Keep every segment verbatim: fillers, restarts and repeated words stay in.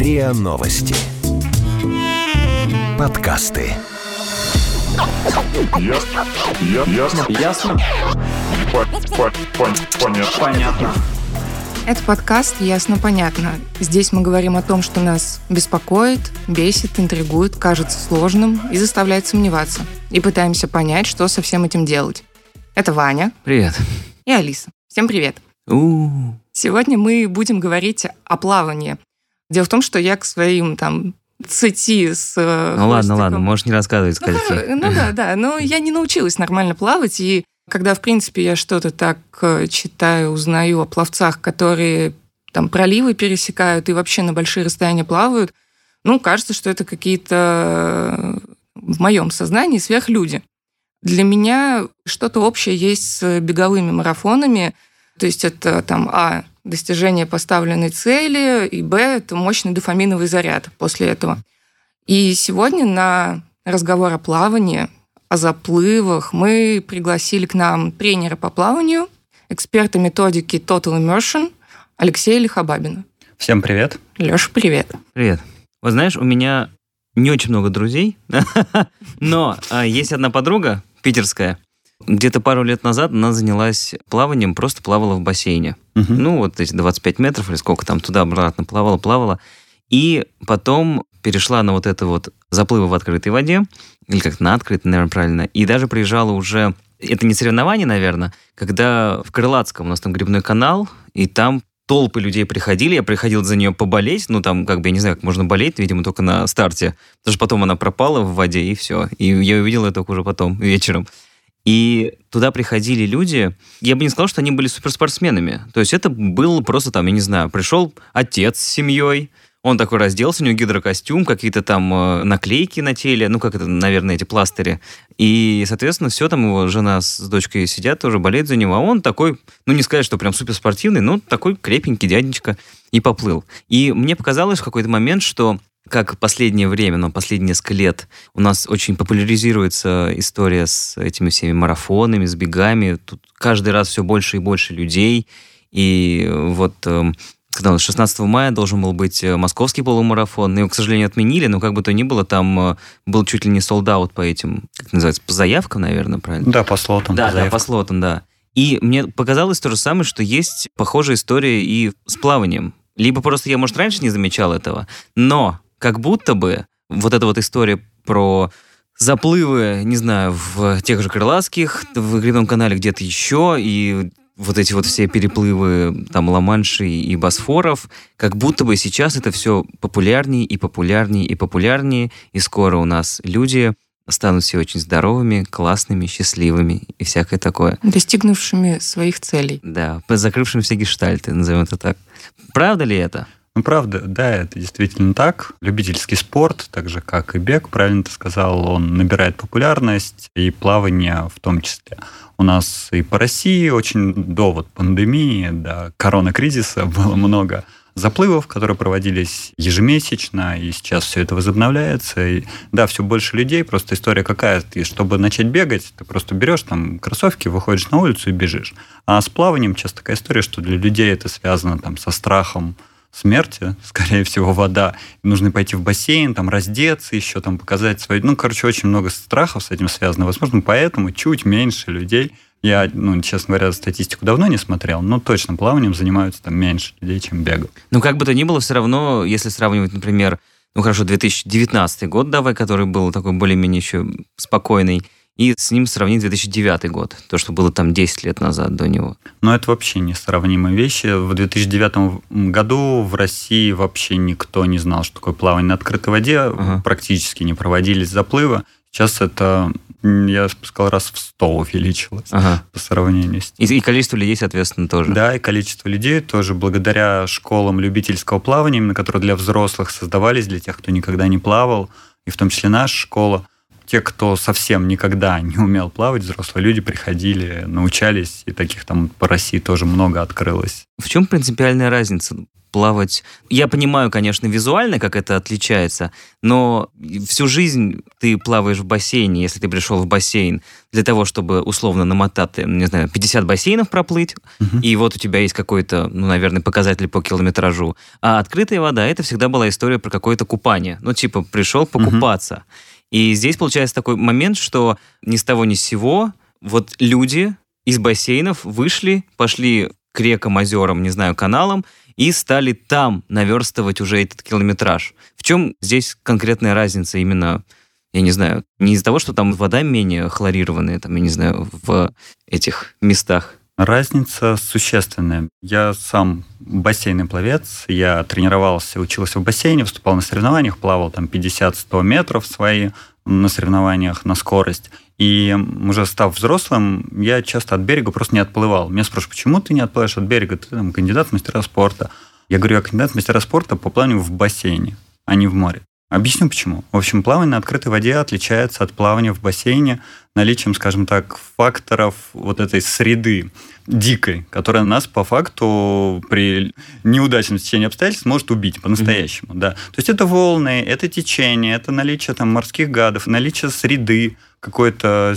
РИА Новости. Подкасты. Ясно. Ясно. Ясно. Понятно. Это подкаст «Ясно-понятно». Здесь мы говорим о том, что нас беспокоит, бесит, интригует, кажется сложным и заставляет сомневаться. И пытаемся понять, что со всем этим делать. Это Ваня. Привет. И Алиса. Всем привет. У-у-у. Сегодня мы будем говорить о плавании. Дело в том, что я к своим там цити с Ну хвостиком... ладно, ладно, можешь не рассказывать скольки. Ну, ну да, да, но я не научилась нормально плавать, и когда, в принципе, я что-то так читаю, узнаю о пловцах, которые там проливы пересекают и вообще на большие расстояния плавают, ну, кажется, что это какие-то в моем сознании сверхлюди. Для меня что-то общее есть с беговыми марафонами, то есть это там, а, достижение поставленной цели, и б, это мощный дофаминовый заряд после этого. И сегодня на разговор о плавании, о заплывах мы пригласили к нам тренера по плаванию, эксперта методики Total Immersion Алексея Лихобабина. Всем привет. Лёша, привет. Привет. Вот знаешь, у меня не очень много друзей, но есть одна подруга питерская. Где-то пару лет назад она занялась плаванием, просто плавала в бассейне. Ну, вот эти двадцать пять метров или сколько там, туда-обратно плавала, плавала. И потом перешла на вот это вот заплывы в открытой воде, или как на открытой, наверное, правильно, и даже приезжала уже, это не соревнование, наверное, когда в Крылатском у нас там гребной канал, и там толпы людей приходили, я приходил за нее поболеть, ну там, как бы, я не знаю, как можно болеть, видимо, только на старте, потому что потом она пропала в воде, и все. И я увидел это только уже потом, вечером. И туда приходили люди, я бы не сказал, что они были суперспортсменами. То есть это был просто там, я не знаю, пришел отец с семьей, он такой разделся, у него гидрокостюм, какие-то там э, наклейки на теле, ну, как это, наверное, эти пластыри. И, соответственно, все, там его жена с дочкой сидят, тоже болеют за него. А он такой, ну, не сказать, что прям суперспортивный, но такой крепенький дяденечка, и поплыл. И мне показалось в какой-то момент, что как последнее время, но последние несколько лет у нас очень популяризируется история с этими всеми марафонами, с бегами. Тут каждый раз все больше и больше людей. И вот э, когда у нас шестнадцатого мая должен был быть московский полумарафон, его, к сожалению, отменили, но как бы то ни было, там был чуть ли не солд-аут по этим, как называется, по заявкам, наверное, правильно? Да, по слотам. Да, по да, по слотам, да. И мне показалось то же самое, что есть похожая история и с плаванием. Либо просто я, может, раньше не замечал этого, но как будто бы вот эта вот история про заплывы, не знаю, в тех же Крылатских, в гребном канале где-то еще, и вот эти вот все переплывы там Ла-Манша и Босфоров, как будто бы сейчас это все популярнее и популярнее и популярнее, и скоро у нас люди станут все очень здоровыми, классными, счастливыми и всякое такое. Достигнувшими своих целей. Да, закрывшими все гештальты, назовем это так. Правда ли это? Ну, правда, да, это действительно так. Любительский спорт, так же, как и бег, правильно ты сказал, он набирает популярность, и плавание в том числе. У нас и по России очень до вот пандемии, до коронакризиса было много заплывов, которые проводились ежемесячно, и сейчас все это возобновляется. И, да, все больше людей, просто история какая. Ты, чтобы начать бегать, ты просто берешь там кроссовки, выходишь на улицу и бежишь. А с плаванием часто такая история, что для людей это связано там со страхом смерти, скорее всего, вода. Нужно пойти в бассейн, там, раздеться, еще там показать свои... Ну, короче, очень много страхов с этим связано. Возможно, поэтому чуть меньше людей. Я, ну, честно говоря, статистику давно не смотрел, но точно плаванием занимаются там меньше людей, чем бегом. Ну, как бы то ни было, все равно, если сравнивать, например, ну, хорошо, две тысячи девятнадцатый год, давай, который был такой более-менее еще спокойный, и с ним сравнить две тысячи девятый год, то, что было там десять лет назад до него. Но это вообще несравнимые вещи. В две тысячи девятом году в России вообще никто не знал, что такое плавание на открытой воде. Ага. Практически не проводились заплывы. Сейчас это, я бы сказал, раз в сто увеличилось, ага, по сравнению с тем. И, и количество людей, соответственно, тоже. Да, и количество людей тоже благодаря школам любительского плавания, именно которые для взрослых создавались, для тех, кто никогда не плавал, и в том числе наша школа. Те, кто совсем никогда не умел плавать, взрослые люди приходили, научались, и таких там по России тоже много открылось. В чем принципиальная разница? плавать... Я понимаю, конечно, визуально, как это отличается, но всю жизнь ты плаваешь в бассейне, если ты пришел в бассейн для того, чтобы условно намотать, не знаю, пятьдесят бассейнов проплыть, uh-huh. и вот у тебя есть какой-то, ну, наверное, показатель по километражу. А открытая вода — это всегда была история про какое-то купание. Ну, типа, пришел покупаться. Uh-huh. И здесь получается такой момент, что ни с того ни с сего вот люди из бассейнов вышли, пошли к рекам, озерам, не знаю, каналам, и стали там наверстывать уже этот километраж. В чем здесь конкретная разница именно, я не знаю, не из-за того, что там вода менее хлорированная, там, я не знаю, в этих местах? Разница существенная. Я сам бассейный пловец, я тренировался, учился в бассейне, выступал на соревнованиях, плавал там пятьдесят-сто метров свои на соревнованиях на скорость. И уже став взрослым, я часто от берега просто не отплывал. Меня спрашивают, почему ты не отплываешь от берега? Ты там кандидат в мастера спорта. Я говорю, я кандидат в мастера спорта по плаванию в бассейне, а не в море. Объясню почему. В общем, плавание на открытой воде отличается от плавания в бассейне наличием, скажем так, факторов вот этой среды дикой, которая нас по факту при неудачном стечении обстоятельств может убить по-настоящему. Mm-hmm. Да. То есть это волны, это течение, это наличие там морских гадов, наличие среды, какой-то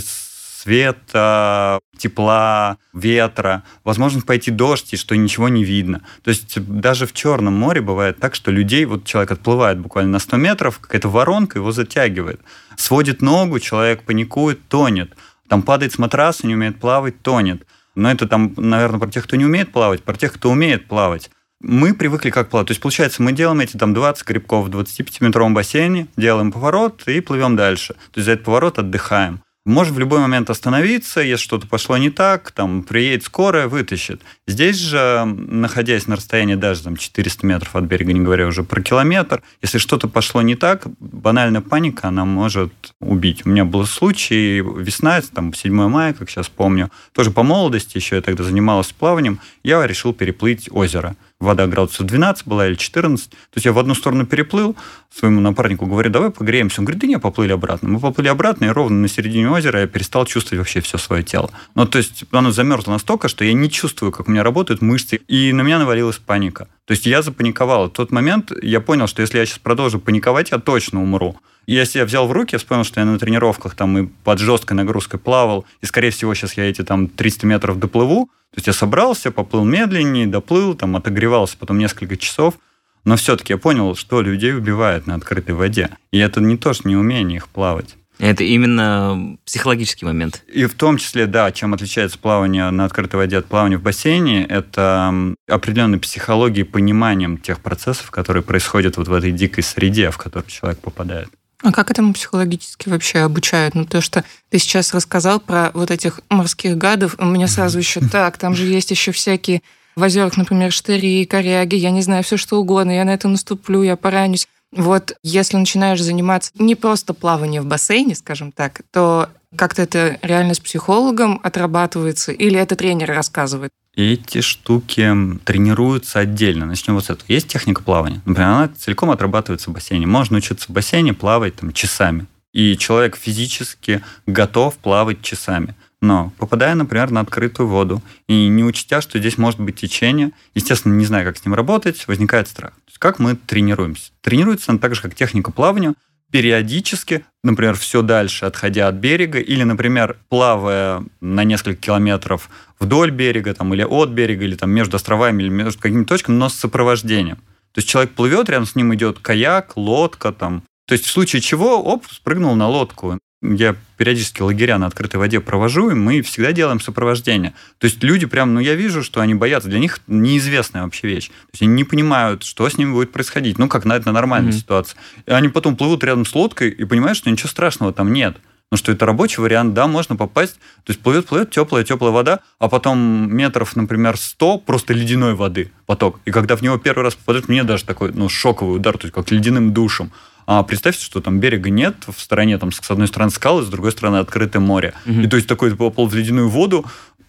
света, тепла, ветра, возможность пойти дождь, и что ничего не видно. То есть даже в Черном море бывает так, что людей, вот человек отплывает буквально на сто метров, какая-то воронка его затягивает. Сводит ногу, человек паникует, тонет. Там падает с матраса, не умеет плавать, тонет. Но это там, наверное, про тех, кто не умеет плавать, про тех, кто умеет плавать. Мы привыкли как плавать. То есть, получается, мы делаем эти там двадцать грибков в двадцатипятиметровом бассейне, делаем поворот и плывем дальше. То есть за этот поворот отдыхаем. Можем в любой момент остановиться, если что-то пошло не так, там, приедет скорая, вытащит. Здесь же, находясь на расстоянии даже там, четыреста метров от берега, не говоря уже про километр, если что-то пошло не так, банальная паника, она может убить. У меня был случай, весна, там, седьмое мая, как сейчас помню, тоже по молодости, еще я тогда занимался плаванием, я решил переплыть озеро. Вода градусов двенадцать была или четырнадцать. То есть я в одну сторону переплыл, своему напарнику говорю, давай погреемся. Он говорит, да не, поплыли обратно. Мы поплыли обратно, и ровно на середине озера я перестал чувствовать вообще все свое тело. Ну, то есть оно замерзло настолько, что я не чувствую, как у меня работают мышцы, и на меня навалилась паника. То есть я запаниковал. В тот момент я понял, что если я сейчас продолжу паниковать, я точно умру. И если я взял в руки, я вспомнил, что я на тренировках там и под жесткой нагрузкой плавал, и, скорее всего, сейчас я эти там триста метров доплыву. То есть я собрался, поплыл медленнее, доплыл, там отогревался потом несколько часов. Но все-таки я понял, что людей убивает на открытой воде. И это не то, что неумение их плавать. Это именно психологический момент. И в том числе, да, чем отличается плавание на открытой воде от плавания в бассейне, это определенной психологией и пониманием тех процессов, которые происходят вот в этой дикой среде, в которую человек попадает. А как этому психологически вообще обучают? Ну, то, что ты сейчас рассказал про вот этих морских гадов, у меня сразу еще так, там же есть еще всякие в озерах, например, штыри, коряги, я не знаю, все что угодно, я на это наступлю, я поранюсь. Вот если начинаешь заниматься не просто плаванием в бассейне, скажем так, то как-то это реально с психологом отрабатывается или это тренер рассказывает? Эти штуки тренируются отдельно. Начнем вот с этого. Есть техника плавания. Например, она целиком отрабатывается в бассейне. Можно учиться в бассейне плавать там, часами. И человек физически готов плавать часами. Но попадая, например, на открытую воду, и не учтя, что здесь может быть течение, естественно, не зная, как с ним работать, возникает страх. То есть как мы тренируемся? Тренируется она так же, как техника плавания, периодически, например, все дальше, отходя от берега, или, например, плавая на несколько километров вдоль берега, там, или от берега, или там, между островами, или между какими-то точками, но с сопровождением. То есть человек плывет, рядом с ним идет каяк, лодка. Там. То есть в случае чего, оп, спрыгнул на лодку. Я периодически лагеря на открытой воде провожу, и мы всегда делаем сопровождение. То есть люди прям, ну я вижу, что они боятся. Для них неизвестная вообще вещь. То есть они не понимают, что с ними будет происходить. Ну, как на это нормальная mm-hmm. ситуация. И они потом плывут рядом с лодкой и понимают, что ничего страшного там нет. Ну, что это рабочий вариант, да, можно попасть. То есть плывет-плывет теплая-теплая вода, а потом метров, например, сто просто ледяной воды поток. И когда в него первый раз попадает, мне даже такой, ну, шоковый удар, то есть как ледяным душем. А представьте, что там берега нет, в стороне там с одной стороны скалы, с другой стороны открытое море. Угу. И то есть такой попал в ледяную воду,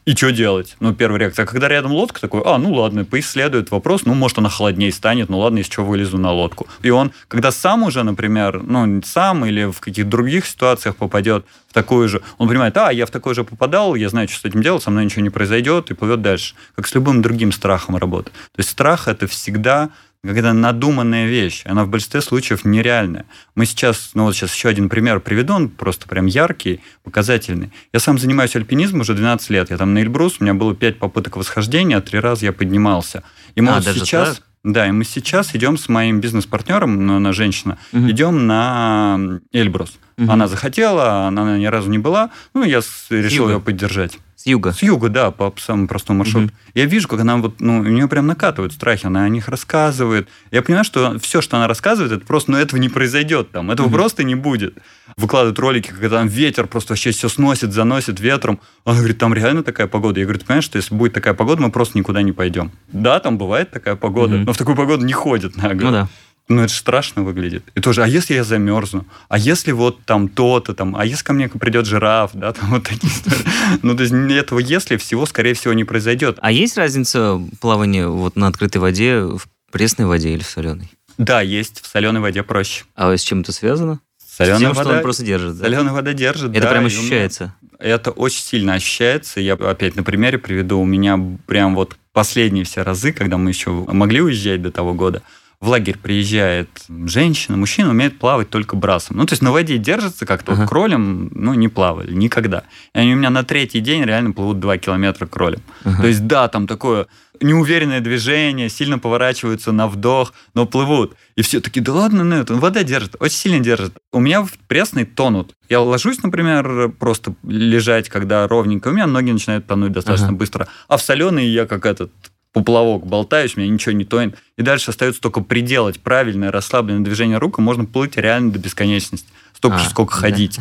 И что делать? Ну, первая реакция. А когда рядом лодка, такой, а, ну ладно, поисследует вопрос, ну, может, она холоднее станет, ну ладно, из чего вылезу на лодку. И он, когда сам уже, например, ну, сам или в каких-то других ситуациях попадет в такую же, он понимает, а, я в такое же попадал, я знаю, что с этим делать, со мной ничего не произойдет, и плывет дальше. Как с любым другим страхом работает. То есть страх – это всегда какая-то надуманная вещь, она в большинстве случаев нереальная. Мы сейчас, ну вот сейчас еще один пример приведу, он просто прям яркий, показательный. Я сам занимаюсь альпинизмом уже двенадцать лет, я там на Эльбрус, у меня было пять попыток восхождения, а три раза я поднимался. И мы а, вот даже сейчас... так? Да, и мы сейчас идем с моим бизнес-партнером, ну, она женщина, угу. идем на Эльбрус. Угу. Она захотела, она ни разу не была, ну, я решил ее поддержать. С юга? С юга, да, по самому простому маршруту. Угу. Я вижу, как она вот, ну, у нее прям накатывают страхи, она о них рассказывает. Я понимаю, что все, что она рассказывает, это просто, ну, этого не произойдет там, этого угу. просто не будет. Выкладывают ролики, когда там ветер просто вообще все сносит, заносит ветром. Она говорит, там реально такая погода. Я говорю, ты понимаешь, что если будет такая погода, мы просто никуда не пойдем. Да, там бывает такая погода, угу. но в такую погоду не ходят на гору. Ну да. Ну, это же страшно выглядит. И тоже, а если я замерзну? А если вот там то-то, там, а если ко мне придет жираф, да, там вот такие истории. Ну, то есть этого если всего, скорее всего, не произойдет. А есть разница плавания вот на открытой воде в пресной воде или в соленой? Да, есть. В соленой воде проще. А с чем это связано? Соленая с тем, вода, что он просто держит, да? Соленая вода держит, это да. прям ощущается? Это очень сильно ощущается. Я опять на примере приведу. У меня прям вот последние все разы, когда мы еще могли уезжать до того года, в лагерь приезжает женщина, мужчина умеет плавать только брасом. Ну, то есть на воде держится как-то, uh-huh. кролем, ну, не плавали никогда. И они у меня на третий день реально плывут два километра кролем. Uh-huh. То есть, да, там такое неуверенное движение, сильно поворачиваются на вдох, но плывут. И все такие, да ладно, ну, это вода держит, очень сильно держит. У меня в пресной тонут. Я ложусь, например, просто лежать, когда ровненько, у меня ноги начинают тонуть достаточно uh-huh. быстро. А в соленой я как этот... поплавок болтаюсь, у меня ничего не тонет. И дальше остается только приделать правильное расслабленное движение рук, и можно плыть реально до бесконечности. Столько же, а, сколько да. ходить.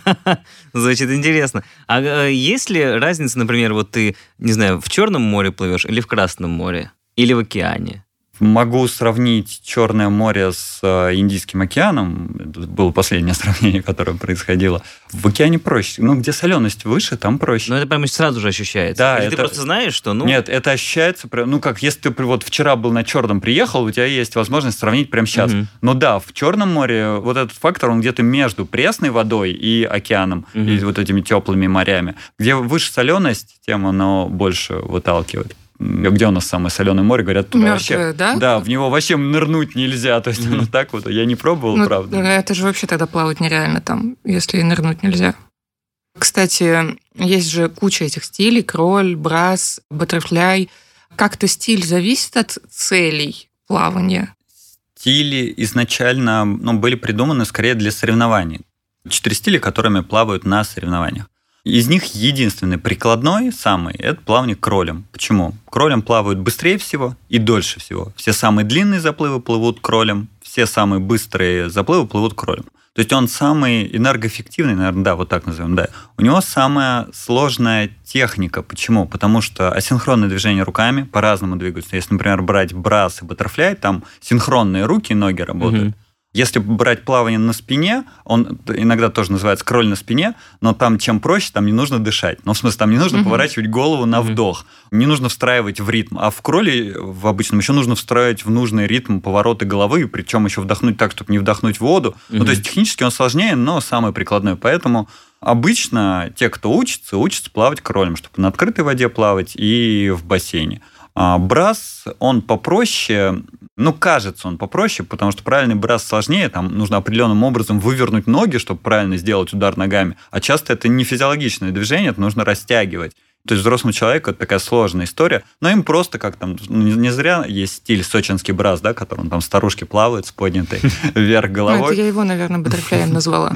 Звучит интересно. А есть ли разница, например, вот ты, не знаю, в Черном море плывешь или в Красном море? Или в океане? Могу сравнить Черное море с Индийским океаном. Это было последнее сравнение, которое происходило. В океане проще. Ну, где соленость выше, там проще. Но это прямо сразу же ощущается. Да, Или это... ты просто знаешь, что... Ну... Нет, это ощущается... Ну, как если ты вот вчера был на Черном, приехал, у тебя есть возможность сравнить прямо сейчас. Угу. Но да, в Черном море вот этот фактор, он где-то между пресной водой и океаном, угу. и вот этими теплыми морями. Где выше соленость, тем оно больше выталкивает. Где у нас самое соленое море, говорят, туда Мертвое, вообще... да? Да, в него вообще нырнуть нельзя. То есть mm-hmm. оно так вот, я не пробовал, ну, правда. Это же вообще тогда плавать нереально там, если нырнуть нельзя. Кстати, есть же куча этих стилей, кроль, брас, баттерфляй. Как-то стиль зависит от целей плавания? Стили изначально ну, были придуманы скорее для соревнований. Четыре стиля, которыми плавают на соревнованиях. Из них единственный прикладной, самый, это плавание кролем. Почему? Кролем плавают быстрее всего и дольше всего. Все самые длинные заплывы плывут кролем, все самые быстрые заплывы плывут кролем. То есть он самый энергоэффективный, наверное, да, вот так назовем, да. У него самая сложная техника. Почему? Потому что асинхронное движение руками по-разному двигаются. Если, например, брать брас и баттерфляй, там синхронные руки и ноги работают. Mm-hmm. Если брать плавание на спине, он иногда тоже называется кроль на спине, но там чем проще, там не нужно дышать. Ну, в смысле, там не нужно uh-huh. поворачивать голову на uh-huh. вдох, не нужно встраивать в ритм. А в кроле в обычном еще нужно встраивать в нужный ритм повороты головы, причем еще вдохнуть так, чтобы не вдохнуть воду. Uh-huh. Ну, то есть технически он сложнее, но самый прикладной. Поэтому обычно те, кто учится, учатся плавать кролем, чтобы на открытой воде плавать и в бассейне. А брас, он попроще, ну, кажется, он попроще, потому что правильный брас сложнее, там нужно определенным образом вывернуть ноги, чтобы правильно сделать удар ногами, а часто это не физиологичное движение, это нужно растягивать. То есть взрослому человеку это такая сложная история, но им просто как там, не зря есть стиль сочинский брас, да, которым там старушки плавают с поднятой вверх головой. Ну, это я его, наверное, баттерфляем назвала.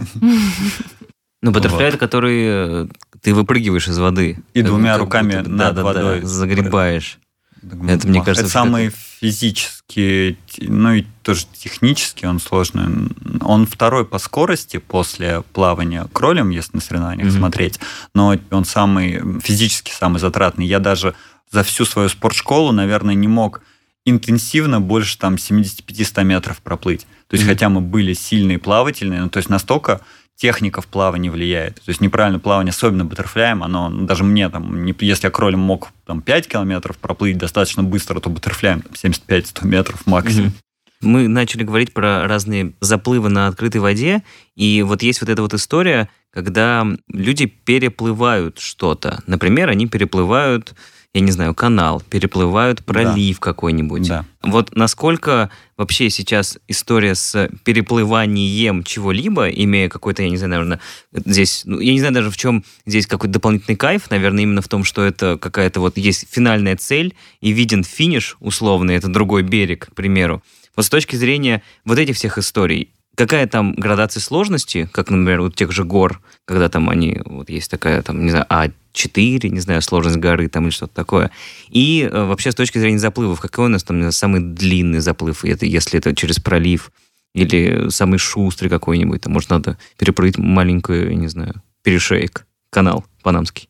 Ну, баттерфляй, это который ты выпрыгиваешь из воды. И двумя руками над водой загребаешь. Это, мне кажется, это самый это... физически, ну и тоже технически он сложный. Он второй по скорости после плавания кролем, если на соревнованиях mm-hmm. смотреть, но он самый физически самый затратный. Я даже за всю свою спортшколу, наверное, не мог интенсивно больше там семьдесят пять - сто метров проплыть. То есть, mm-hmm. хотя мы были сильные плавательные, ну, то есть настолько техника в плавании влияет. То есть неправильное плавание, особенно баттерфляем, оно, ну, даже мне, там, не, если я кролем мог там, пять километров проплыть достаточно быстро, то баттерфляем семьдесят пять - сто метров максимум. Мы начали говорить про разные заплывы на открытой воде, и вот есть вот эта вот история, когда люди переплывают что-то. Например, они переплывают, я не знаю, канал, переплывают пролив да. какой-нибудь. Да. Вот насколько вообще сейчас история с переплыванием чего-либо, имея какой-то, я не знаю, наверное, здесь, ну, я не знаю даже в чем здесь какой-то дополнительный кайф, наверное, именно в том, что это какая-то вот есть финальная цель и виден финиш условный, это другой берег, к примеру. Вот с точки зрения вот этих всех историй, какая там градация сложности, как, например, у тех же гор, когда там они, вот есть такая, там, не знаю, А четыре, не знаю, сложность горы там или что-то такое. И э, вообще с точки зрения заплывов, какой у нас там, не знаю, самый длинный заплыв, это, если это через пролив, или самый шустрый какой-нибудь, там, может, надо переплыть маленькую, не знаю, перешеек, канал панамский.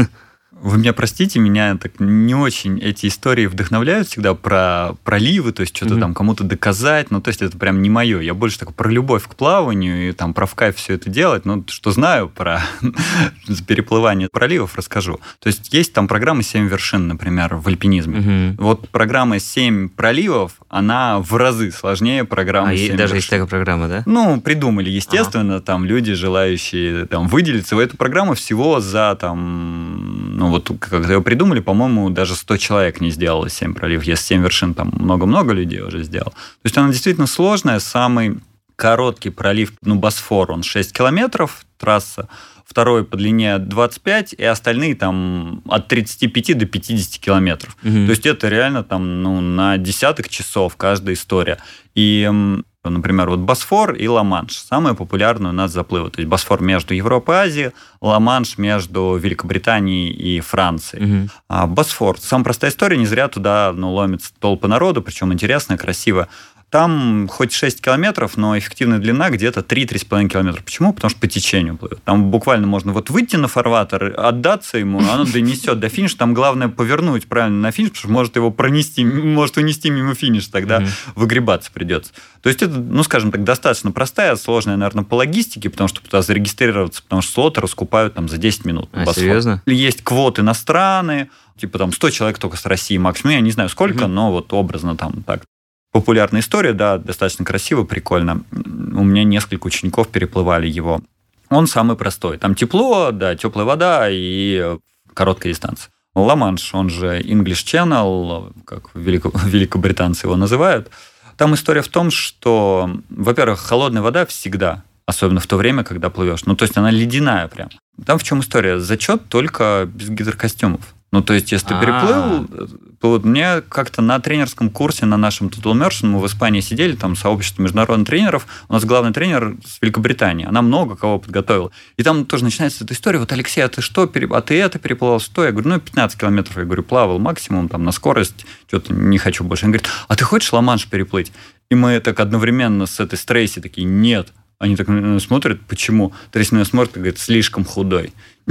Вы меня простите, меня так не очень эти истории вдохновляют всегда про проливы, то есть что-то mm-hmm. там кому-то доказать, ну, то есть это прям не мое. Я больше такой про любовь к плаванию и там про в кайф все это делать, ну, что знаю про переплывание проливов, расскажу. То есть есть там программа «Семь вершин», например, в альпинизме. Mm-hmm. Вот программа «Семь проливов», она в разы сложнее программы а «Семь вершин». Даже есть такая программа, да? Ну, придумали, естественно, ага. там люди, желающие там выделиться. В эту программу всего за там... Ну, вот когда ее придумали, по-моему, даже сто человек не сделало семь проливов. Если семь вершин, там много-много людей уже сделал. То есть она действительно сложная. Самый короткий пролив, ну, Босфор, он шесть километров, трасса. Второй по длине двадцать пять, и остальные там от тридцати пяти до пятидесяти километров. Угу. То есть это реально там, ну, на десяток часов каждая история. И... Например, вот Босфор и Ла-Манш. Самые популярные у нас заплывы. То есть Босфор между Европой и Азией, Ла-Манш между Великобританией и Францией. Угу. А Босфор. Самая простая история. Не зря туда, ну, ломятся толпы народу, причем интересно, красиво. Там хоть шесть километров, но эффективная длина где-то три - три с половиной километра. Почему? Потому что по течению плывет. Там буквально можно вот выйти на фарватер, отдаться ему, оно донесет до финиша. Там главное повернуть правильно на финиш, потому что может его пронести, может унести мимо финиша, тогда mm-hmm. выгребаться придется. То есть это, ну, скажем так, достаточно простая, сложная, наверное, по логистике, потому что туда зарегистрироваться, потому что слоты раскупают там за десять минут. А, серьезно? Есть квоты на страны, типа там сто человек только с России максимум. Я не знаю сколько, mm-hmm. но вот образно там так. Популярная история, да, достаточно красиво, прикольно. У меня несколько учеников переплывали его. Он самый простой. Там тепло, да, теплая вода и короткая дистанция. Ла-Манш, он же English Channel, как велико, великобританцы его называют. Там история в том, что, во-первых, холодная вода всегда, особенно в то время, когда плывешь. Ну, то есть она ледяная прям. Там в чем история? Зачет только без гидрокостюмов. Ну, то есть, если ты переплыл, то вот мне как-то на тренерском курсе, на нашем Total Immersion, мы в Испании сидели, там сообщество международных тренеров, у нас главный тренер с Великобритании, она много кого подготовила. И там тоже начинается эта история, вот, Алексей, а ты что, а ты это переплывал, что? Я говорю, ну, пятнадцать километров, я говорю, плавал максимум, там, на скорость, что-то не хочу больше. Он говорит, а ты хочешь Ла-Манш переплыть? И мы так одновременно с этой Трейси такие, нет. Они так смотрят, почему? Трейси на меня смотрит и говорит, слишком худой.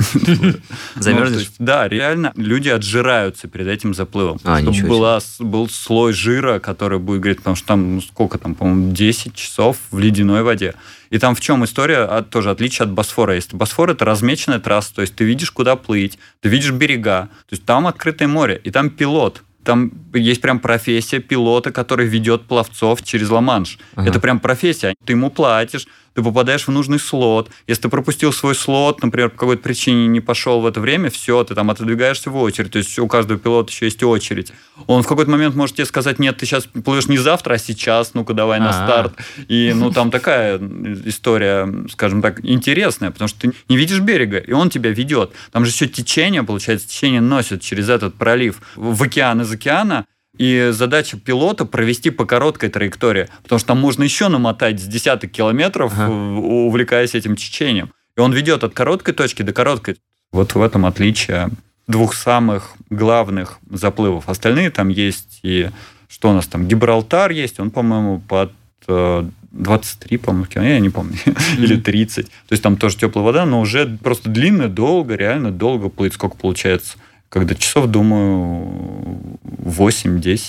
Замерзнешь? Да, реально люди отжираются перед этим заплывом. А, чтобы была, был слой жира, который будет гореть, потому что там, ну, сколько там, по-моему, десять часов в ледяной воде. И там в чем история, от, тоже отличие от Босфора есть. Босфор – это размеченная трасса, то есть ты видишь, куда плыть, ты видишь берега, то есть там открытое море, и там пилот. Там есть прям профессия пилота, который ведет пловцов через Ла-Манш. Ага. Это прям профессия. Ты ему платишь, ты попадаешь в нужный слот. Если ты пропустил свой слот, например, по какой-то причине не пошел в это время, все, ты там отодвигаешься в очередь. То есть у каждого пилота еще есть очередь. Он в какой-то момент может тебе сказать, нет, ты сейчас плывешь не завтра, а сейчас, ну-ка давай на А-а-а. старт. И ну там такая история, скажем так, интересная, потому что ты не видишь берега, и он тебя ведет. Там же еще течение, получается, течение носит через этот пролив в океан из океана. И задача пилота провести по короткой траектории, потому что там можно еще намотать с десяток километров, ага. увлекаясь этим течением. И он ведет от короткой точки до короткой. Вот в этом отличие двух самых главных заплывов. Остальные там есть и... Что у нас там? Гибралтар есть, он, по-моему, под двадцать три, по-моему, я не помню, mm-hmm. или тридцать. То есть там тоже теплая вода, но уже просто длинно, долго, реально долго плыть. Сколько получается? Когда часов, думаю, восемь-десять.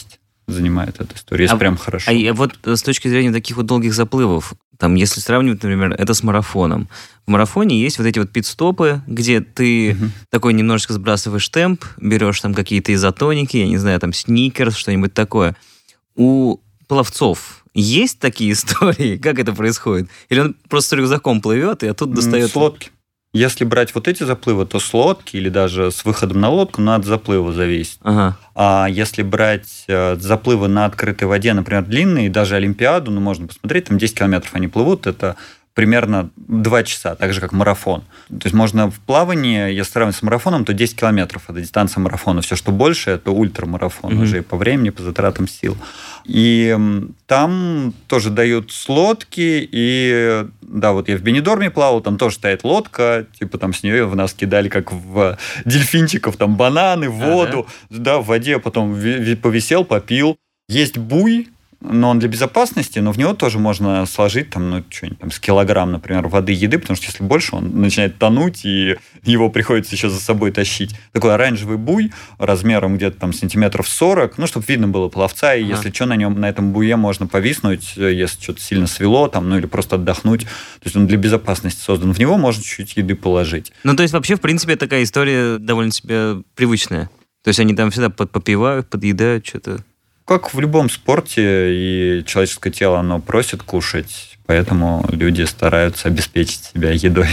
занимает эта история, если а, прям хорошо. А вот с точки зрения таких вот долгих заплывов, там, если сравнивать, например, это с марафоном. В марафоне есть вот эти вот пит-стопы, где ты uh-huh. такой немножечко сбрасываешь темп, берешь там какие-то изотоники, я не знаю, там, сникерс, что-нибудь такое. У пловцов есть такие истории? Как это происходит? Или он просто с рюкзаком плывет и оттуда достает... С лодки. Если брать вот эти заплывы, то с лодки или даже с выходом на лодку, ну, от заплыва зависит. Ага. А если брать э, заплывы на открытой воде, например, длинные, даже Олимпиаду, ну, можно посмотреть, там десять километров они плывут, это примерно два часа, так же, как марафон. То есть можно в плавании, если сравнивать с марафоном, то десять километров – это дистанция марафона. Все, что больше – это ультрамарафон, mm-hmm. уже и по времени, по затратам сил. И там тоже дают с лодки, и да, вот я в Бенидорме плавал, там тоже стоит лодка, типа там с нее в нас кидали, как в дельфинчиков, там бананы, воду, а, да? да, в воде, потом повисел, попил. Есть буй, но он для безопасности, но в него тоже можно сложить там, ну, что-нибудь там с килограмм, например, воды, еды, потому что если больше, он начинает тонуть, и его приходится еще за собой тащить. Такой оранжевый буй размером где-то там сантиметров сорок, ну, чтобы видно было пловца, и ага. если что, на нем, на этом буе можно повиснуть, если что-то сильно свело, там, ну, или просто отдохнуть. То есть он для безопасности создан. В него можно чуть-чуть еды положить. Ну, то есть вообще, в принципе, такая история довольно себе привычная. То есть они там всегда попивают, подъедают что-то. Как в любом спорте, и человеческое тело, оно просит кушать, поэтому люди стараются обеспечить себя едой.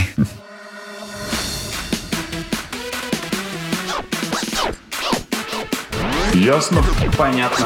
Ясно? Понятно.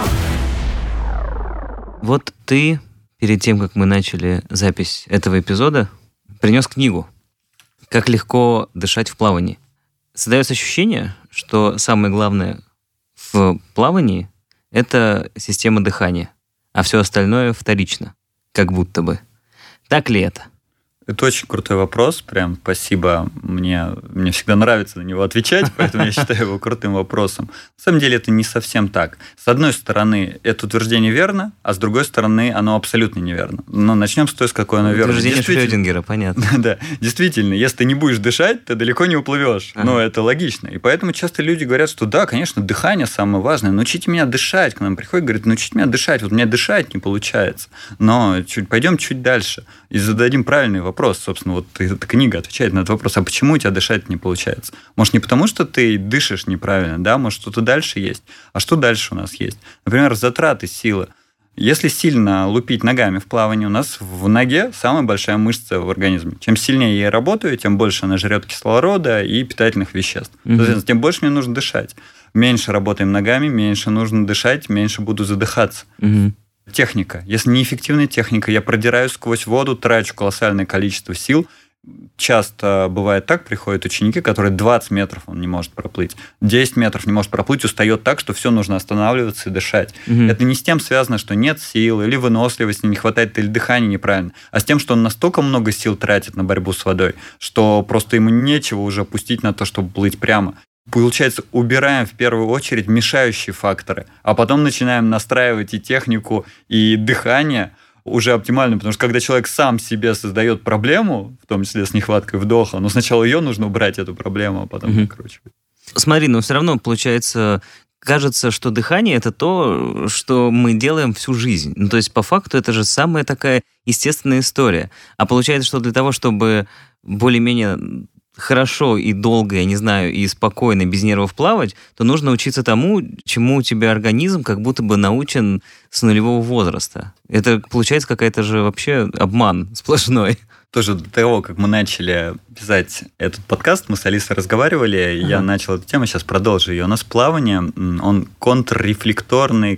Вот ты, перед тем, как мы начали запись этого эпизода, принес книгу «Как легко дышать в плавании». Создается ощущение, что самое главное в плавании – это система дыхания, а все остальное вторично, как будто бы. Так ли это? Это очень крутой вопрос, прям спасибо. Мне, мне всегда нравится на него отвечать, поэтому я считаю его крутым вопросом. На самом деле это не совсем так. С одной стороны, это утверждение верно, а с другой стороны, оно абсолютно неверно. Но начнем с той, с какой оно верно. Утверждение Шрёдингера, понятно. Да, действительно, если ты не будешь дышать, ты далеко не уплывешь. Ага. Но это логично. И поэтому часто люди говорят, что да, конечно, дыхание самое важное. Научите меня дышать. К нам приходят, говорят, научите меня дышать. Вот у меня дышать не получается. Но чуть, пойдем чуть дальше и зададим правильный вопрос. Вопрос, собственно, вот эта книга отвечает на этот вопрос, а почему у тебя дышать не получается? Может, не потому, что ты дышишь неправильно, да, может, что-то дальше есть. А что дальше у нас есть? Например, затраты силы. Если сильно лупить ногами в плавании, у нас в ноге самая большая мышца в организме. Чем сильнее я работаю, тем больше она жрет кислорода и питательных веществ. Mm-hmm. Соответственно, тем больше мне нужно дышать. Меньше работаем ногами, меньше нужно дышать, меньше буду задыхаться. Mm-hmm. Техника. Если неэффективная техника, я продираюсь сквозь воду, трачу колоссальное количество сил. Часто бывает так, приходят ученики, которые двадцать метров он не может проплыть, десять метров не может проплыть, устает так, что все нужно останавливаться и дышать. Угу. Это не с тем связано, что нет сил, или выносливости не хватает, или дыхания неправильно, а с тем, что он настолько много сил тратит на борьбу с водой, что просто ему нечего уже пустить на то, чтобы плыть прямо. Получается, убираем в первую очередь мешающие факторы, а потом начинаем настраивать и технику, и дыхание уже оптимально, потому что когда человек сам себе создает проблему, в том числе с нехваткой вдоха, но сначала ее нужно убрать, эту проблему, а потом накручивать. Смотри, но все равно получается, кажется, что дыхание – это то, что мы делаем всю жизнь. Ну, то есть, по факту, это же самая такая естественная история. А получается, что для того, чтобы более-менее хорошо и долго, я не знаю, и спокойно, без нервов плавать, то нужно учиться тому, чему у тебя организм как будто бы научен с нулевого возраста. Это получается какая-то же вообще обман сплошной. Тоже до того, как мы начали писать этот подкаст, мы с Алисой разговаривали, ага. я начал эту тему, сейчас продолжу ее. У нас плавание, он контррефлекторный,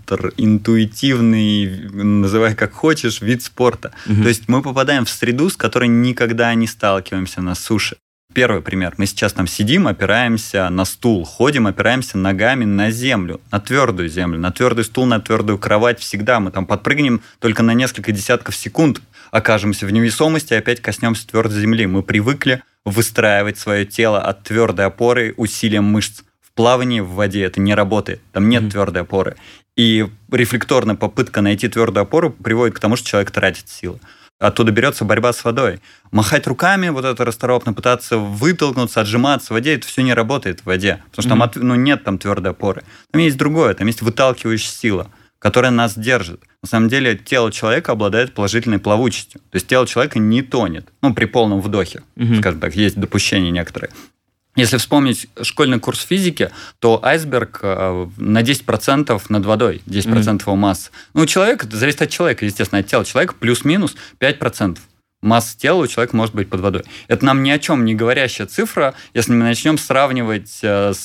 контринтуитивный, называй как хочешь, вид спорта. Угу. То есть мы попадаем в среду, с которой никогда не сталкиваемся на суше. Первый пример. Мы сейчас там сидим, опираемся на стул, ходим, опираемся ногами на землю, на твердую землю, на твердый стул, на твердую кровать всегда. Мы там подпрыгнем только на несколько десятков секунд, окажемся в невесомости и опять коснемся твердой земли. Мы привыкли выстраивать свое тело от твердой опоры усилием мышц. В плавании в воде это не работает, там нет mm-hmm. твердой опоры. И рефлекторная попытка найти твердую опору приводит к тому, что человек тратит силы. оттуда берется борьба с водой. Махать руками, вот это расторопно пытаться вытолкнуться, отжиматься в воде, это все не работает в воде, потому что mm-hmm. там ну, нет там твердой опоры. Там есть другое, там есть выталкивающая сила, которая нас держит. На самом деле тело человека обладает положительной плавучестью. То есть тело человека не тонет, ну, при полном вдохе, mm-hmm. скажем так, есть допущения некоторые. Если вспомнить школьный курс физики, то айсберг на десять процентов над водой, десять процентов его массы. Ну, у человека, это зависит от человека, естественно, от тела человека, плюс-минус пять процентов массы тела у человека может быть под водой. Это нам ни о чем не говорящая цифра, если мы начнем сравнивать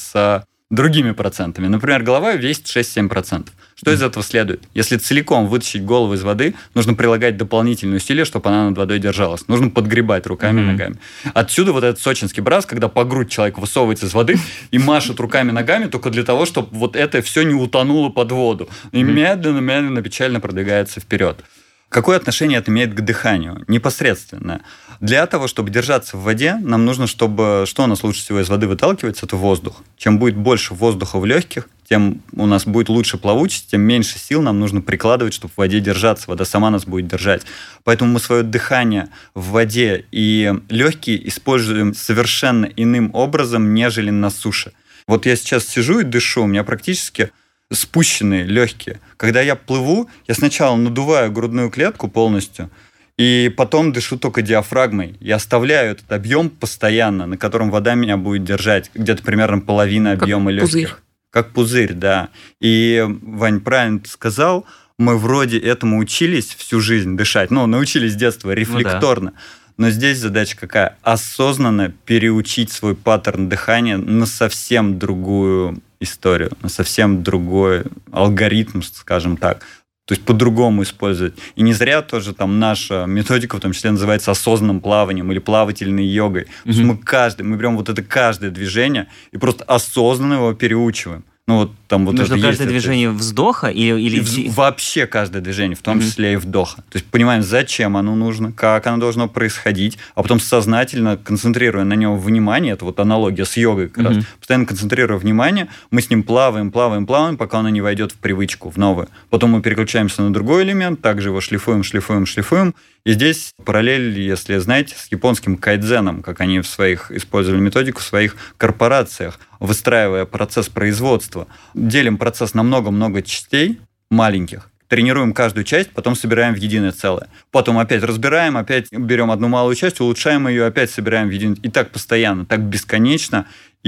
с другими процентами. Например, голова весит шесть-семь процентов. Что из этого следует? Если целиком вытащить голову из воды, нужно прилагать дополнительные усилия, чтобы она над водой держалась. Нужно подгребать руками и mm-hmm. ногами. Отсюда вот этот сочинский брас, когда по грудь человек высовывается из воды и машет руками и ногами только для того, чтобы вот это все не утонуло под воду. И медленно-медленно, печально продвигается вперед. Какое отношение это имеет к дыханию? Непосредственно. Для того, чтобы держаться в воде, нам нужно, чтобы... Что у нас лучше всего из воды выталкивается? Это воздух. Чем будет больше воздуха в легких, тем у нас будет лучше плавучесть, тем меньше сил нам нужно прикладывать, чтобы в воде держаться. Вода сама нас будет держать. Поэтому мы свое дыхание в воде и легкие используем совершенно иным образом, нежели на суше. Вот я сейчас сижу и дышу, у меня практически... спущенные, легкие. Когда я плыву, я сначала надуваю грудную клетку полностью, и потом дышу только диафрагмой. Я оставляю этот объем постоянно, на котором вода меня будет держать. Где-то примерно половина объема легких. Пузырь. Как пузырь, да. И, Вань, правильно ты сказал, мы вроде этому учились всю жизнь дышать. Ну, научились с детства рефлекторно. Ну, да. Но здесь задача какая? Осознанно переучить свой паттерн дыхания на совсем другую историю, на совсем другой алгоритм, скажем так. То есть по-другому использовать. И не зря тоже там наша методика, в том числе, называется осознанным плаванием или плавательной йогой. Mm-hmm. То есть мы каждый, мы берем вот это каждое движение и просто осознанно его переучиваем. Ну, вот там вот нужно это каждое есть, движение это... вздоха или... или... И вообще каждое движение, в том mm-hmm. числе и вдоха. То есть понимаем, зачем оно нужно, как оно должно происходить, а потом сознательно, концентрируя на нем внимание, это вот аналогия с йогой как mm-hmm. раз, постоянно концентрируя внимание, мы с ним плаваем, плаваем, плаваем, пока оно не войдет в привычку, в новую. Потом мы переключаемся на другой элемент, также его шлифуем, шлифуем, шлифуем. И здесь параллель, если знаете, с японским кайдзеном, как они в своих использовали методику в своих корпорациях, выстраивая процесс производства. Делим процесс на много-много частей маленьких, тренируем каждую часть, потом собираем в единое целое. Потом опять разбираем, опять берем одну малую часть, улучшаем ее, опять собираем в единое. И так постоянно, так бесконечно.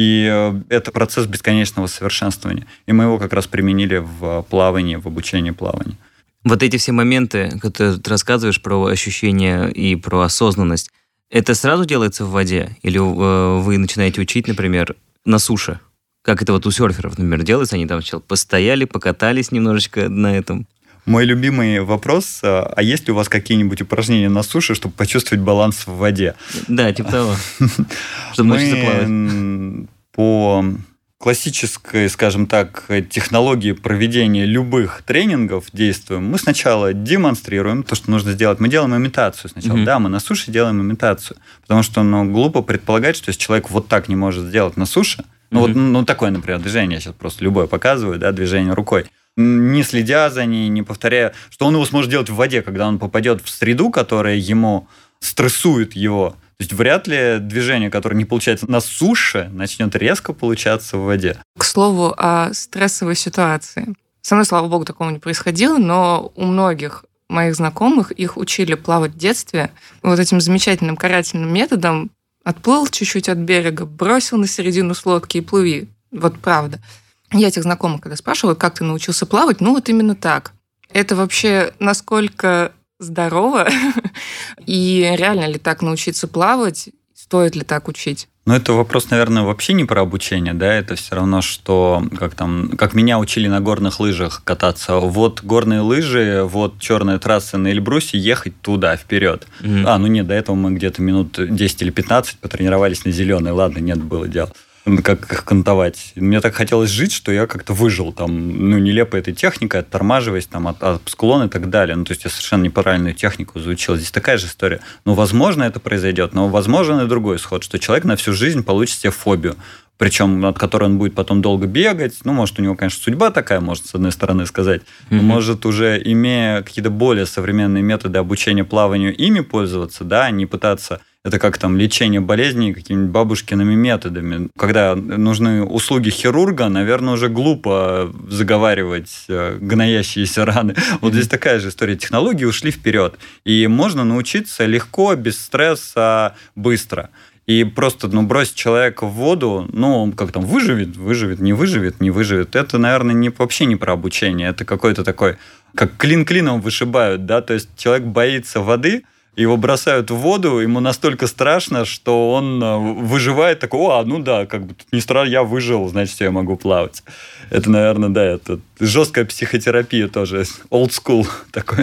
И это процесс бесконечного совершенствования. И мы его как раз применили в плавании, в обучении плаванию. Вот эти все моменты, которые ты рассказываешь про ощущения и про осознанность, это сразу делается в воде? Или вы начинаете учить, например, на суше? Как это вот у серферов, например, делается? Они там сначала постояли, покатались немножечко на этом. Мой любимый вопрос, а есть ли у вас какие-нибудь упражнения на суше, чтобы почувствовать баланс в воде? Да, типа того. Чтобы научиться плавать. По... классической, скажем так, технологии проведения любых тренингов действуем. Мы сначала демонстрируем то, что нужно сделать. Мы делаем имитацию сначала. Mm-hmm. Да, мы на суше делаем имитацию. Потому что ну, глупо предполагать, что если человек вот так не может сделать на суше, ну, mm-hmm. вот ну, такое, например, движение, я сейчас просто любое показываю, да, движение рукой, не следя за ней, не повторяя, что он его сможет делать в воде, когда он попадет в среду, которая ему стрессует его. То есть вряд ли движение, которое не получается на суше, начнет резко получаться в воде. К слову о стрессовой ситуации. Со мной, слава богу, такого не происходило, но у многих моих знакомых их учили плавать в детстве вот этим замечательным карательным методом. Отплыл чуть-чуть от берега, бросил на середину с лодки и плыви. Вот правда. Я этих знакомых, когда спрашивала, как ты научился плавать, ну вот именно так. Это вообще насколько... здорово. И реально ли так научиться плавать? Стоит ли так учить? Ну, это вопрос, наверное, вообще не про обучение, да, это все равно, что как там, как меня учили на горных лыжах кататься. Вот горные лыжи, вот черная трасса на Эльбрусе, ехать туда, вперед. Mm-hmm. А, ну нет, до этого мы где-то минут десять или пятнадцать потренировались на зеленой, ладно, нет, было дело. как их кантовать. Мне так хотелось жить, что я как-то выжил там, ну, нелепой этой техникой, оттормаживаясь там от, от склона и так далее. Ну, то есть я совершенно неправильную технику изучил. Здесь такая же история. Ну, возможно, это произойдет, но возможен и другой исход, что человек на всю жизнь получит себе фобию, причем от которой он будет потом долго бегать. Ну, может, у него, конечно, судьба такая, может, с одной стороны сказать. Mm-hmm. Но, может, уже имея какие-то более современные методы обучения плаванию, ими пользоваться, да, а не пытаться... Это как там лечение болезней какими-нибудь бабушкиными методами. Когда нужны услуги хирурга, наверное, уже глупо заговаривать гноящиеся раны. Mm-hmm. Вот здесь такая же история. Технологии ушли вперед. И можно научиться легко, без стресса, быстро. И просто, ну, бросить человека в воду, ну, он как там, выживет, выживет, не выживет, не выживет. Это, наверное, не, вообще не про обучение. Это какой-то такой, как клин клином вышибают, да, то есть человек боится воды, его бросают в воду, ему настолько страшно, что он выживает, такой, о, ну да, как бы не страшно, я выжил, значит, я могу плавать. Это, наверное, да, это жесткая психотерапия тоже, old school такой.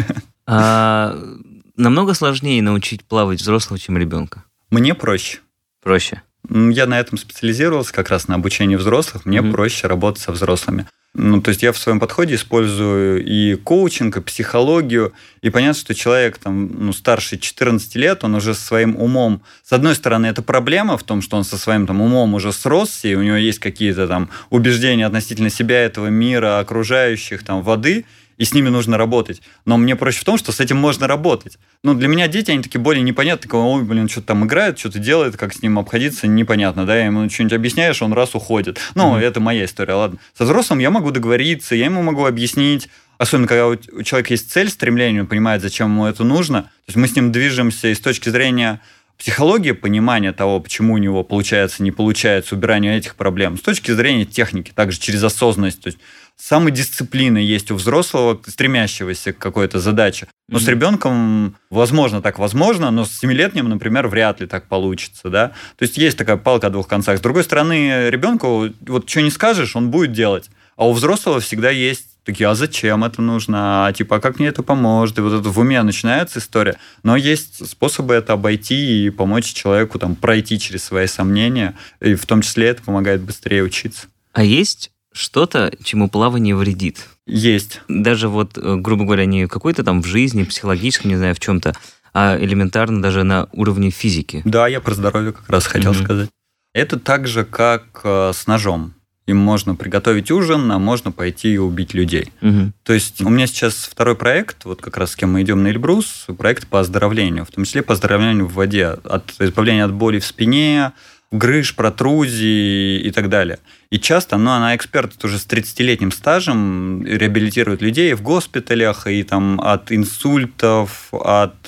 А, намного сложнее научить плавать взрослого, чем ребенка? Мне проще. Проще. Я на этом специализировался, как раз на обучении взрослых. Мне mm-hmm. проще работать со взрослыми. Ну, то есть я в своем подходе использую и коучинг, и психологию. И понятно, что человек там, ну, старше четырнадцати лет, он уже со своим умом... С одной стороны, это проблема в том, что он со своим там, умом уже сросся, и у него есть какие-то там убеждения относительно себя, этого мира, окружающих, там, воды, и с ними нужно работать. Но мне проще в том, что с этим можно работать. Ну, для меня дети, они такие более непонятные. Ой, блин, что-то там играет, что-то делает, как с ним обходиться, непонятно. Да, я ему что-нибудь объясняешь, он раз уходит. Ну, mm-hmm. это моя история, ладно. Со взрослым я могу договориться, я ему могу объяснить. Особенно, когда у человека есть цель, стремление, он понимает, зачем ему это нужно. То есть мы с ним движемся и с точки зрения психологии, понимания того, почему у него получается, не получается, убирание этих проблем. С точки зрения техники, также через осознанность. То есть самодисциплина есть у взрослого, стремящегося к какой-то задаче. Но mm-hmm. с ребенком, возможно, так возможно, но с семилетним, например, вряд ли так получится. Да? То есть есть такая палка о двух концах. С другой стороны, ребенку вот что не скажешь, он будет делать. А у взрослого всегда есть такие, а зачем это нужно? А типа, а как мне это поможет? И вот это в уме начинается история. Но есть способы это обойти и помочь человеку там, пройти через свои сомнения. И в том числе это помогает быстрее учиться. А есть что-то, чему плавание вредит? Есть. Даже вот, грубо говоря, не какой-то там в жизни, психологическом, не знаю, в чем-то, а элементарно даже на уровне физики. Да, я про здоровье как раз хотел mm-hmm. сказать. Это так же, как с ножом. Им можно приготовить ужин, а можно пойти и убить людей. Угу. То есть у меня сейчас второй проект, вот как раз с кем мы идем на Эльбрус, проект по оздоровлению, в том числе по оздоровлению в воде, от избавления от боли в спине, грыж, протрузий и так далее. И часто, ну, она эксперт уже с тридцатилетним стажем, реабилитирует людей в госпиталях, и там от инсультов, от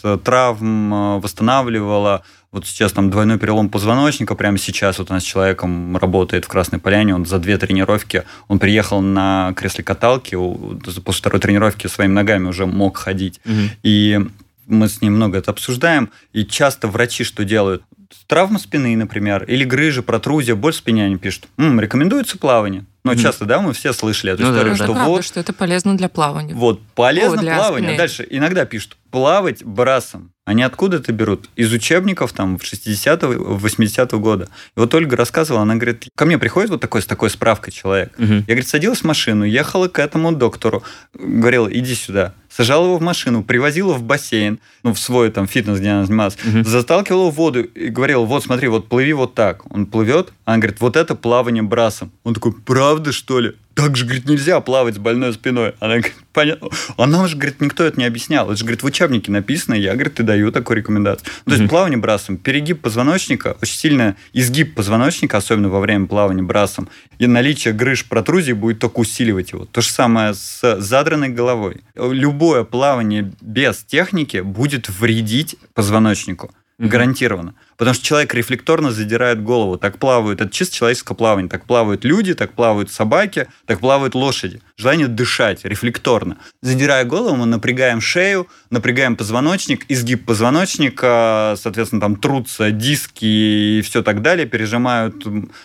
травм восстанавливала. Вот сейчас там двойной перелом позвоночника, прямо сейчас вот у нас с человеком работает в Красной Поляне, он за две тренировки, он приехал на кресле-каталке, после второй тренировки своими ногами уже мог ходить. Угу. И мы с ним много это обсуждаем, и часто врачи что делают? Травма спины, например, или грыжи, протрузия, боль в спине, они пишут, М, рекомендуется плавание. Но mm-hmm. часто, да, мы все слышали эту ну, историю, да, что это правда, вот... что это полезно для плавания. Вот, полезно О, плавание. спины. Дальше иногда пишут, плавать брасом. Они откуда это берут? Из учебников там в шестидесятого, восьмидесятого года. И вот Ольга рассказывала, она говорит, ко мне приходит вот такой, с такой справкой человек. Mm-hmm. Я, говорит, садилась в машину, ехала к этому доктору, говорила, иди сюда. Сажала его в машину, привозила в бассейн, ну, в свой там фитнес, где она занималась, mm-hmm. заталкивала в воду и говорила, вот смотри, вот плыви вот так. Он плывет, она говорит, вот это плавание брасом. Он такой, правда, что ли? Так же, говорит, нельзя плавать с больной спиной. Она говорит, понятно. А нам же, говорит, никто это не объяснял. Это же, говорит, в учебнике написано, я, говорит, и даю такую рекомендацию. То mm-hmm. есть плавание брасом, перегиб позвоночника, очень сильно изгиб позвоночника, особенно во время плавания брасом, и наличие грыж, протрузий будет только усиливать его. То же самое с задранной головой. Любое плавание без техники будет вредить позвоночнику. Mm-hmm. Гарантированно. Потому что человек рефлекторно задирает голову. Так плавают, это чисто человеческое плавание. Так плавают люди, так плавают собаки, так плавают лошади. Желание дышать рефлекторно. Задирая голову, мы напрягаем шею, напрягаем позвоночник, изгиб позвоночника, соответственно, там трутся диски и все так далее, пережимают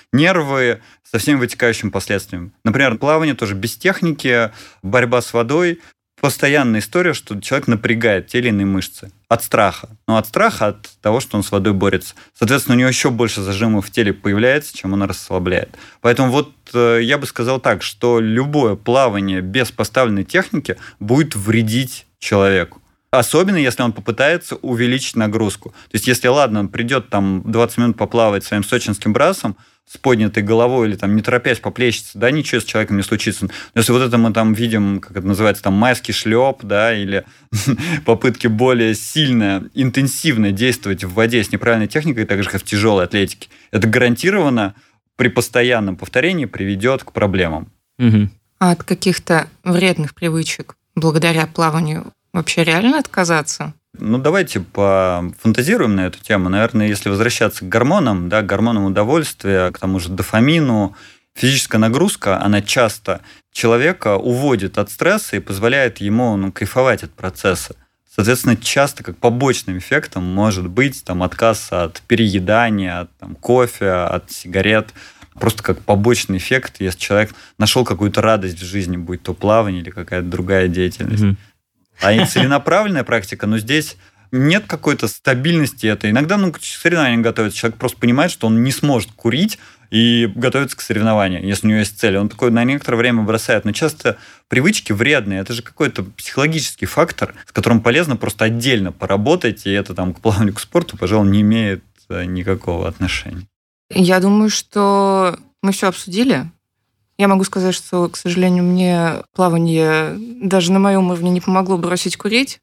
нервы со всеми вытекающими последствиями. Например, плавание тоже без техники, борьба с водой. постоянная история, что человек напрягает те или иные мышцы от страха. Ну, от страха, от того, что он с водой борется. Соответственно, у него еще больше зажимов в теле появляется, чем он расслабляет. Поэтому вот э, я бы сказал так, что любое плавание без поставленной техники будет вредить человеку. Особенно, если он попытается увеличить нагрузку. То есть, если, ладно, он придет там двадцать минут поплавать своим сочинским брасом с поднятой головой или там не торопясь поплещется, да, ничего с человеком не случится. Но если вот это мы там видим, как это называется, там майский шлеп, да, или попытки более сильно, интенсивно действовать в воде с неправильной техникой, так же, как в тяжелой атлетике, это гарантированно при постоянном повторении приведет к проблемам. Угу. А от каких-то вредных привычек благодаря плаванию вообще реально отказаться? Ну, давайте пофантазируем на эту тему. Наверное, если возвращаться к гормонам, да, к гормонам удовольствия, к тому же дофамину, физическая нагрузка, она часто человека уводит от стресса и позволяет ему ну, кайфовать от процесса. Соответственно, часто как побочным эффектом может быть там, отказ от переедания, от там, кофе, от сигарет. Просто как побочный эффект, если человек нашел какую-то радость в жизни, будь то плавание или какая-то другая деятельность. Mm-hmm. А и целенаправленная практика, но здесь нет какой-то стабильности это. Иногда ну, к соревнованиям готовится. Человек просто понимает, что он не сможет курить и готовится к соревнованиям, если у него есть цель. Он такой на некоторое время бросает. Но часто привычки вредные. Это же какой-то психологический фактор, с которым полезно просто отдельно поработать, и это там к плаванию, к спорту, пожалуй, не имеет никакого отношения. Я думаю, что мы все обсудили. Я могу сказать, что, к сожалению, мне плавание даже на моем уровне не помогло бросить курить.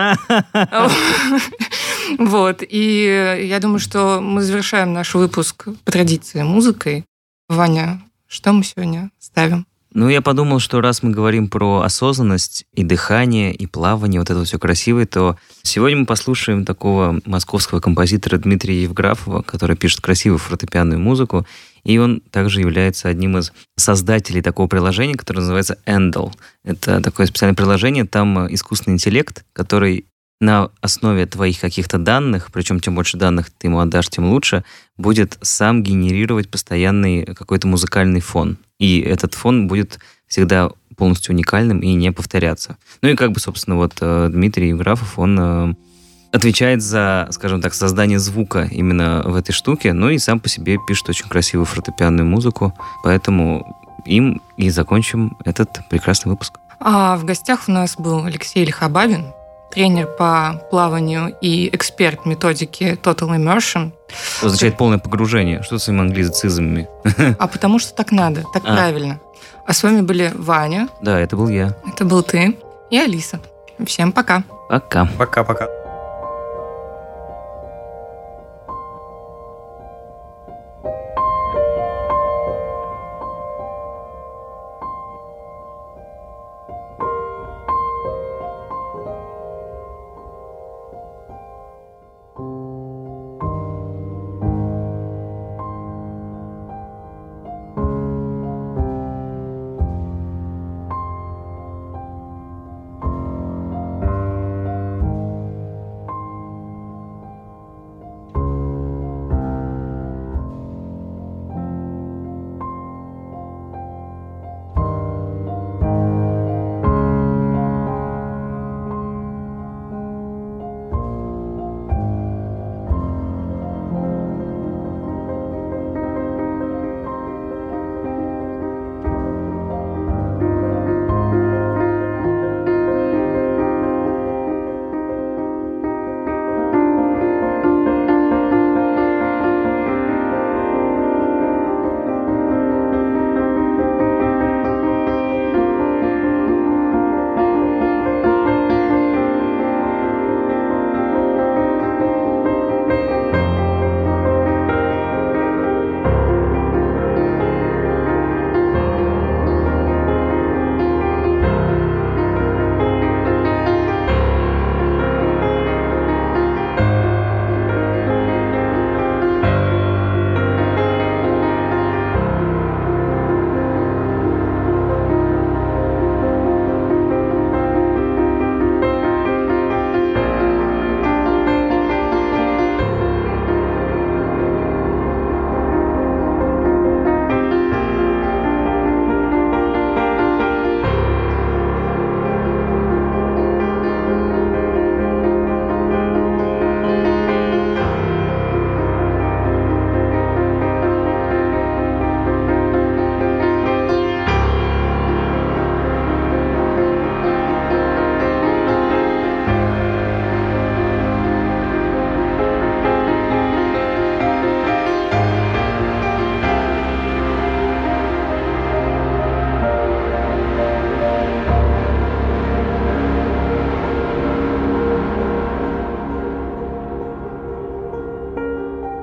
Вот. И я думаю, что мы завершаем наш выпуск по традиции музыкой. Ваня, что мы сегодня ставим? Ну, я подумал, что раз мы говорим про осознанность и дыхание, и плавание, вот это все красивое, то сегодня мы послушаем такого московского композитора Дмитрия Евграфова, который пишет красивую фортепианную музыку, и он также является одним из создателей такого приложения, которое называется Endel. Это такое специальное приложение, там искусственный интеллект, который на основе твоих каких-то данных, причем чем больше данных ты ему отдашь, тем лучше, будет сам генерировать постоянный какой-то музыкальный фон. И этот фон будет всегда полностью уникальным и не повторяться. Ну и как бы, собственно, вот Дмитрий Евграфов, он отвечает за, скажем так, создание звука именно в этой штуке, ну и сам по себе пишет очень красивую фортепианную музыку, поэтому им и закончим этот прекрасный выпуск. А в гостях у нас был Алексей Лихобабин, тренер по плаванию и эксперт методики Total Immersion. Что означает полное погружение? Что с этими англицизмами? А потому что так надо, так а. правильно. А с вами были Ваня. Да, это был я. Это был ты и Алиса. Всем пока. Пока. Пока-пока.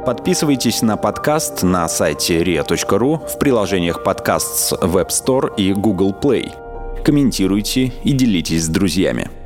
Подписывайтесь на подкаст на сайте риа точка ру, в приложениях подкаст с Web Store и Google Play. Комментируйте и делитесь с друзьями.